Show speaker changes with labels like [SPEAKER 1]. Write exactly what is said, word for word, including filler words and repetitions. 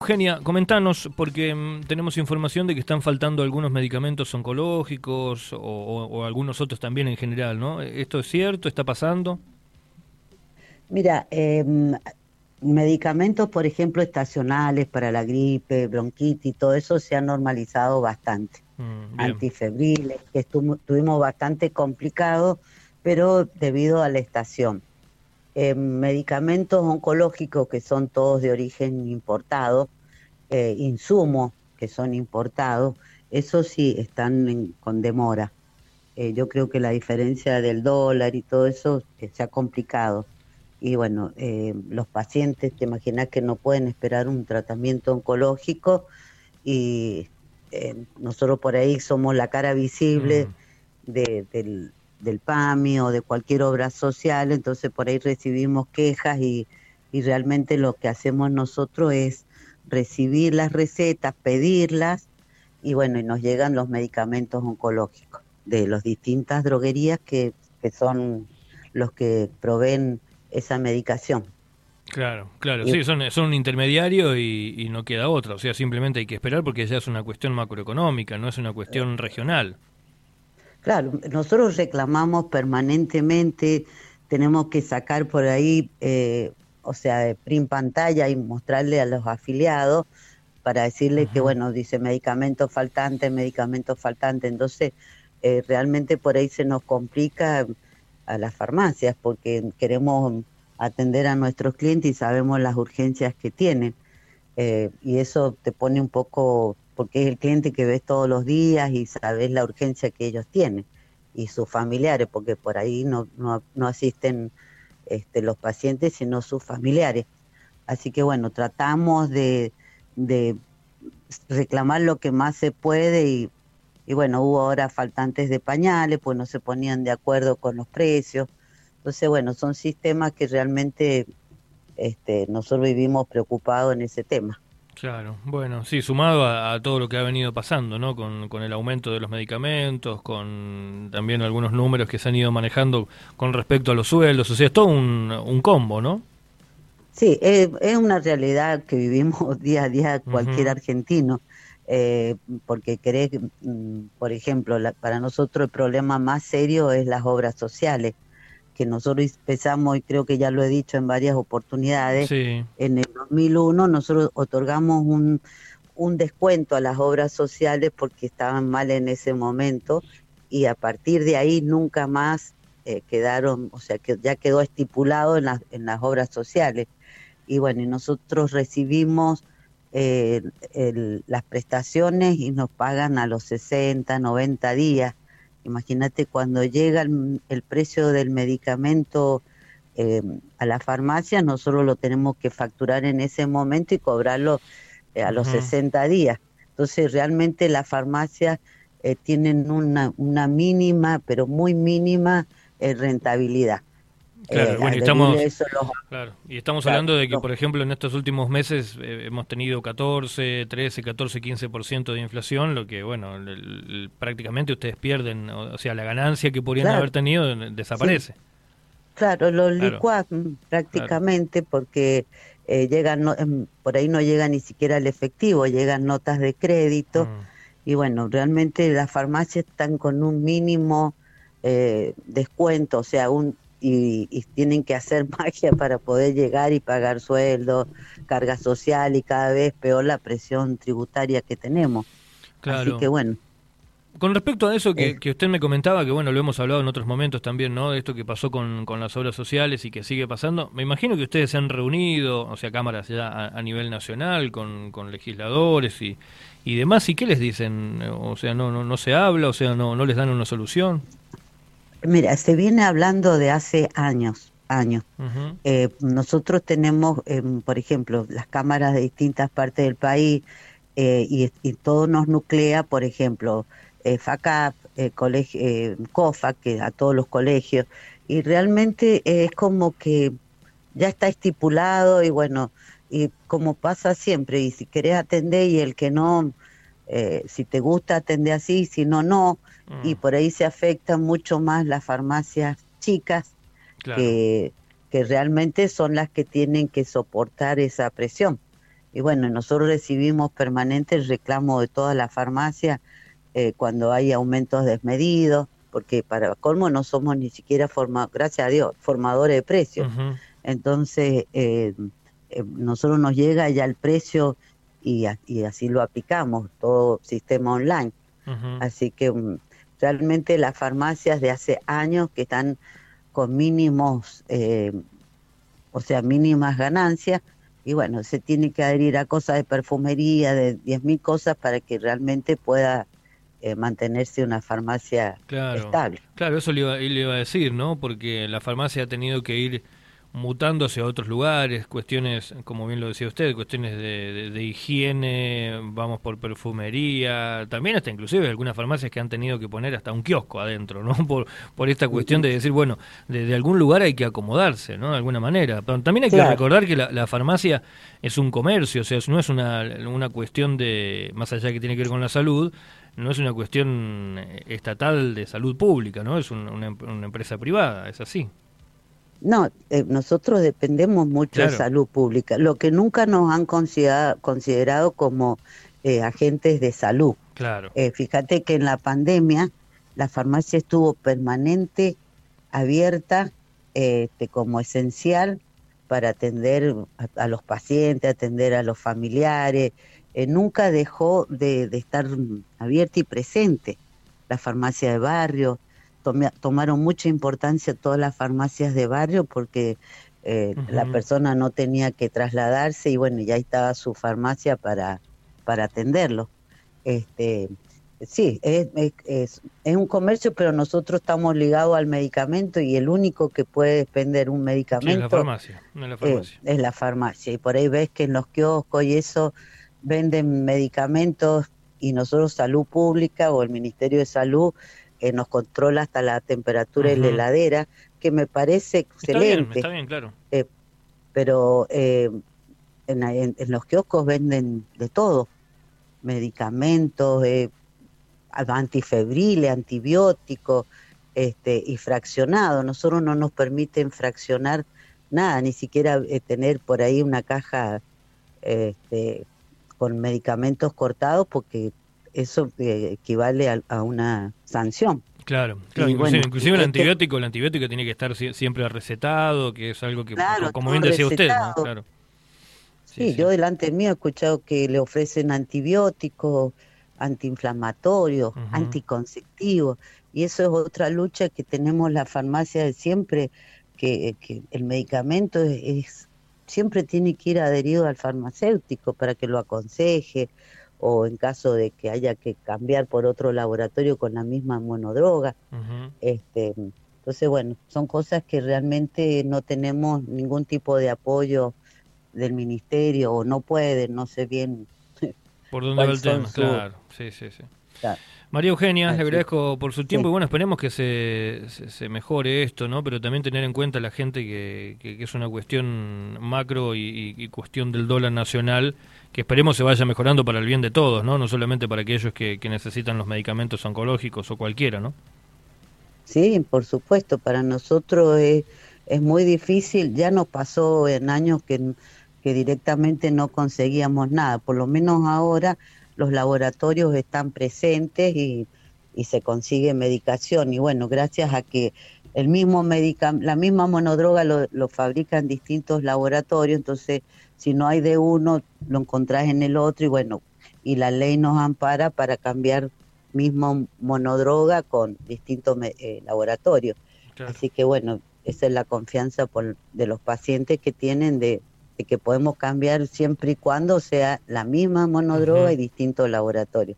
[SPEAKER 1] Eugenia, comentanos, porque mm, tenemos información de que están faltando algunos medicamentos oncológicos o, o- o algunos otros también en general, ¿no? ¿Esto es cierto? ¿Está pasando?
[SPEAKER 2] Mira, em, medicamentos, por ejemplo, estacionales para la gripe, bronquitis, todo eso se ha normalizado bastante.
[SPEAKER 1] Mm, bien.
[SPEAKER 2] Antifebriles, que estuvo- tuvimos bastante complicado, pero debido a la estación. Em, medicamentos oncológicos que son todos de origen importado, eh, insumos que son importados, eso sí están en- con demora. Eh, yo creo que la diferencia del dólar y todo eso eh, se ha complicado. Y bueno, eh, los pacientes, te imaginas que no pueden esperar un tratamiento oncológico y eh, nosotros por ahí somos la cara
[SPEAKER 1] Mm,
[SPEAKER 2] visible de- del, del PAMI o de cualquier obra social, entonces por ahí recibimos quejas y, y realmente lo que hacemos nosotros es recibir las recetas, pedirlas y bueno, y nos llegan los medicamentos oncológicos de las distintas droguerías que, que son los que proveen esa medicación.
[SPEAKER 1] claro, claro,
[SPEAKER 2] Y
[SPEAKER 1] sí, son, son un intermediario y, y no queda otra. O sea, simplemente hay que esperar porque ya es una cuestión macroeconómica, no es una cuestión regional.
[SPEAKER 2] claro, nosotros reclamamos permanentemente, tenemos que sacar por ahí, eh, o sea, eh, print pantalla y mostrarle a los afiliados para decirle que,
[SPEAKER 1] Ujú.
[SPEAKER 2] bueno, dice medicamento faltante, medicamento faltante. Entonces, eh, realmente por ahí se nos complica a las farmacias porque queremos atender a nuestros clientes y sabemos las urgencias que tienen. Eh, y eso te pone un poco, porque es el cliente que ves todos los días y sabes la urgencia que ellos tienen y sus familiares, porque por ahí no, no, no asisten este, los pacientes, sino sus familiares. Así que bueno, tratamos de, de reclamar lo que más se puede y, y bueno, hubo ahora faltantes de pañales, pues no se ponían de acuerdo con los precios. Entonces, bueno, son sistemas que realmente este, nosotros vivimos preocupados en ese tema.
[SPEAKER 1] Claro, bueno, sí, sumado a, a todo lo que ha venido pasando, ¿no? Con, con el aumento de los medicamentos, con también algunos números que se han ido manejando con respecto a los sueldos, o sea, es todo un, un combo, ¿no?
[SPEAKER 2] Sí, es, es una realidad que vivimos día a día cualquier
[SPEAKER 1] Ujú.
[SPEAKER 2] argentino, eh, porque querés, mm, por ejemplo, la- para nosotros el problema más serio es las obras sociales, que nosotros empezamos, y creo que ya lo he dicho en varias oportunidades,
[SPEAKER 1] Sí,
[SPEAKER 2] en el dos mil uno nosotros otorgamos un, un descuento a las obras sociales porque estaban mal en ese momento y a partir de ahí nunca más eh, quedaron, o sea, que ya quedó estipulado en las, en las obras sociales y bueno, y nosotros recibimos eh, el- las prestaciones y nos pagan a los sesenta, noventa días. Imagínate cuando llega el, el precio del medicamento eh, a la farmacia, nosotros lo tenemos que facturar en ese momento y cobrarlo eh, a los
[SPEAKER 1] ujú.
[SPEAKER 2] sesenta días. Entonces, realmente las farmacias eh, tienen una, una mínima, pero muy mínima eh, rentabilidad.
[SPEAKER 1] Claro,
[SPEAKER 2] Eh,
[SPEAKER 1] bueno, y
[SPEAKER 2] debido a
[SPEAKER 1] estamos,
[SPEAKER 2] eso, los,
[SPEAKER 1] claro, y estamos
[SPEAKER 2] claro,
[SPEAKER 1] hablando de que,
[SPEAKER 2] los
[SPEAKER 1] por ejemplo, en estos últimos meses eh, hemos tenido catorce, trece, catorce, quince por ciento de inflación, lo que, bueno, el- el- prácticamente ustedes pierden, o, o sea, la ganancia que podrían
[SPEAKER 2] claro,
[SPEAKER 1] haber tenido eh,
[SPEAKER 2] sí,
[SPEAKER 1] desaparece.
[SPEAKER 2] claro, los
[SPEAKER 1] Claro,
[SPEAKER 2] licuás mm,
[SPEAKER 1] claro.
[SPEAKER 2] prácticamente porque eh, llegan, no- em, por ahí no llega ni siquiera el efectivo, llegan notas de crédito
[SPEAKER 1] Mm.
[SPEAKER 2] y bueno, realmente las farmacias están con un mínimo eh, descuento, o sea, un y, y tienen que hacer magia para poder llegar y pagar sueldo, carga social y cada vez peor la presión tributaria que tenemos. Así que
[SPEAKER 1] Claro.
[SPEAKER 2] bueno,
[SPEAKER 1] Con respecto a eso
[SPEAKER 2] eh,
[SPEAKER 1] que, que usted me comentaba, que bueno, lo hemos hablado en otros momentos también, ¿no? De esto que pasó con, con las obras sociales y que sigue pasando. Me imagino que ustedes se han reunido, o sea, cámaras ya a, a nivel nacional, con, con legisladores y, y demás. ¿Y qué les dicen? O sea, no, no, no se habla, o sea, no, no les dan una solución.
[SPEAKER 2] mira, se viene hablando de hace años, años.
[SPEAKER 1] Ujú.
[SPEAKER 2] Eh, nosotros tenemos, em, por ejemplo, las cámaras de distintas partes del país eh, y, y todo nos nuclea, por ejemplo, eh, FACAP, eh, colegio, eh, COFA, que a todos los colegios, y realmente eh, es como que ya está estipulado y bueno, y como pasa siempre, y si querés atender y el que no, eh, si te gusta atender así, si no, no, y
[SPEAKER 1] Mm,
[SPEAKER 2] por ahí se afectan mucho más las farmacias chicas
[SPEAKER 1] claro.
[SPEAKER 2] que, que realmente son las que tienen que soportar esa presión. Y bueno, nosotros recibimos permanente el reclamo de todas las farmacias eh, cuando hay aumentos desmedidos, porque para colmo no somos ni siquiera, forma, gracias a Dios, formadores de precios.
[SPEAKER 1] Uh-huh.
[SPEAKER 2] Entonces, eh, eh, nosotros nos llega ya el precio y, y así lo aplicamos, todo sistema online.
[SPEAKER 1] Uh-huh.
[SPEAKER 2] Así que um, realmente las farmacias de hace años que están con mínimos, eh, o sea, mínimas ganancias, y bueno, se tiene que adherir a cosas de perfumería, de diez mil cosas para que realmente pueda eh, mantenerse una farmacia
[SPEAKER 1] claro,
[SPEAKER 2] estable.
[SPEAKER 1] Claro, eso le iba, le iba a decir, ¿no? Porque la farmacia ha tenido que ir mutándose a otros lugares, cuestiones, como bien lo decía usted, cuestiones de, de, de higiene, vamos por perfumería, también hasta inclusive algunas farmacias que han tenido que poner hasta un kiosco adentro, ¿no? Por, por esta cuestión de decir, bueno, de, de algún lugar hay que acomodarse, ¿no? De alguna manera. Pero también hay claro. que recordar que la, la farmacia es un comercio, o sea, no es una, una cuestión de, más allá que tiene que ver con la salud, no es una cuestión estatal de salud pública, ¿no? Es un, una, una empresa privada, es así.
[SPEAKER 2] No, eh, nosotros dependemos mucho claro. de salud pública, lo que nunca nos han considerado, considerado como eh, agentes de salud.
[SPEAKER 1] Claro.
[SPEAKER 2] Eh, fíjate que en la pandemia la farmacia estuvo permanente, abierta, eh, este, como esencial para atender a, a los pacientes, atender a los familiares. Eh, nunca dejó de, de estar abierta y presente la farmacia de barrio. Tomaron mucha importancia todas las farmacias de barrio porque eh, uh-huh. la persona no tenía que trasladarse y bueno, ya estaba su farmacia para, para atenderlo. Este, sí, es, es, es, es un comercio, pero nosotros estamos ligados al medicamento y el único que puede despender un medicamento sí, es, la
[SPEAKER 1] farmacia, es, la farmacia.
[SPEAKER 2] Eh, es la farmacia. Y por ahí ves que en los kioscos y eso venden medicamentos y nosotros Salud Pública o el Ministerio de Salud Eh, nos controla hasta la temperatura uh-huh. de la heladera, que me parece excelente.
[SPEAKER 1] Está bien, está bien, claro.
[SPEAKER 2] Eh, pero eh, en, en, en los kioscos venden de todo, medicamentos, eh, antifebriles, antibióticos, este, y fraccionados. Nosotros no nos permiten fraccionar nada, ni siquiera eh, tener por ahí una caja eh, este, con medicamentos cortados, porque eso eh, equivale a, a una sanción.
[SPEAKER 1] Claro, claro,
[SPEAKER 2] y
[SPEAKER 1] inclusive,
[SPEAKER 2] bueno,
[SPEAKER 1] inclusive el antibiótico, el antibiótico tiene que estar siempre recetado, que es algo que,
[SPEAKER 2] claro,
[SPEAKER 1] como bien decía
[SPEAKER 2] recetado.
[SPEAKER 1] usted, ¿no? Claro.
[SPEAKER 2] Sí, sí, yo sí. delante mío he escuchado que le ofrecen antibióticos, antiinflamatorios, uh-huh. anticonceptivos, y eso es otra lucha que tenemos la farmacia de siempre, que, que el medicamento es, es siempre tiene que ir adherido al farmacéutico para que lo aconseje, o en caso de que haya que cambiar por otro laboratorio con la misma monodroga. Uh-huh. Este, entonces, bueno, son cosas que realmente no tenemos ningún tipo de apoyo del ministerio, o no pueden, no sé bien.
[SPEAKER 1] ¿Por dónde va el tema? Su... Claro, sí, sí, sí. Claro. María Eugenia, Así. le agradezco por su tiempo sí. y bueno, esperemos que se, se, se mejore esto, ¿no? Pero también tener en cuenta la gente que, que, que es una cuestión macro y, y, y cuestión del dólar nacional, que esperemos se vaya mejorando para el bien de todos, ¿no? No solamente para aquellos que, que necesitan los medicamentos oncológicos o cualquiera, ¿no?
[SPEAKER 2] Sí, por supuesto, para nosotros es, es muy difícil, ya nos pasó en años que, que directamente no conseguíamos nada, por lo menos ahora los laboratorios están presentes y, y se consigue medicación, y bueno, gracias a que el mismo medica, la misma monodroga lo, lo fabrican distintos laboratorios, entonces si no hay de uno, lo encontrás en el otro, y bueno, y la ley nos ampara para cambiar mismo monodroga con distintos eh, laboratorios. Claro. Así que bueno, esa es la confianza por, de los pacientes que tienen de, de que podemos cambiar siempre y cuando sea la misma monodroga uh-huh. y distintos laboratorios.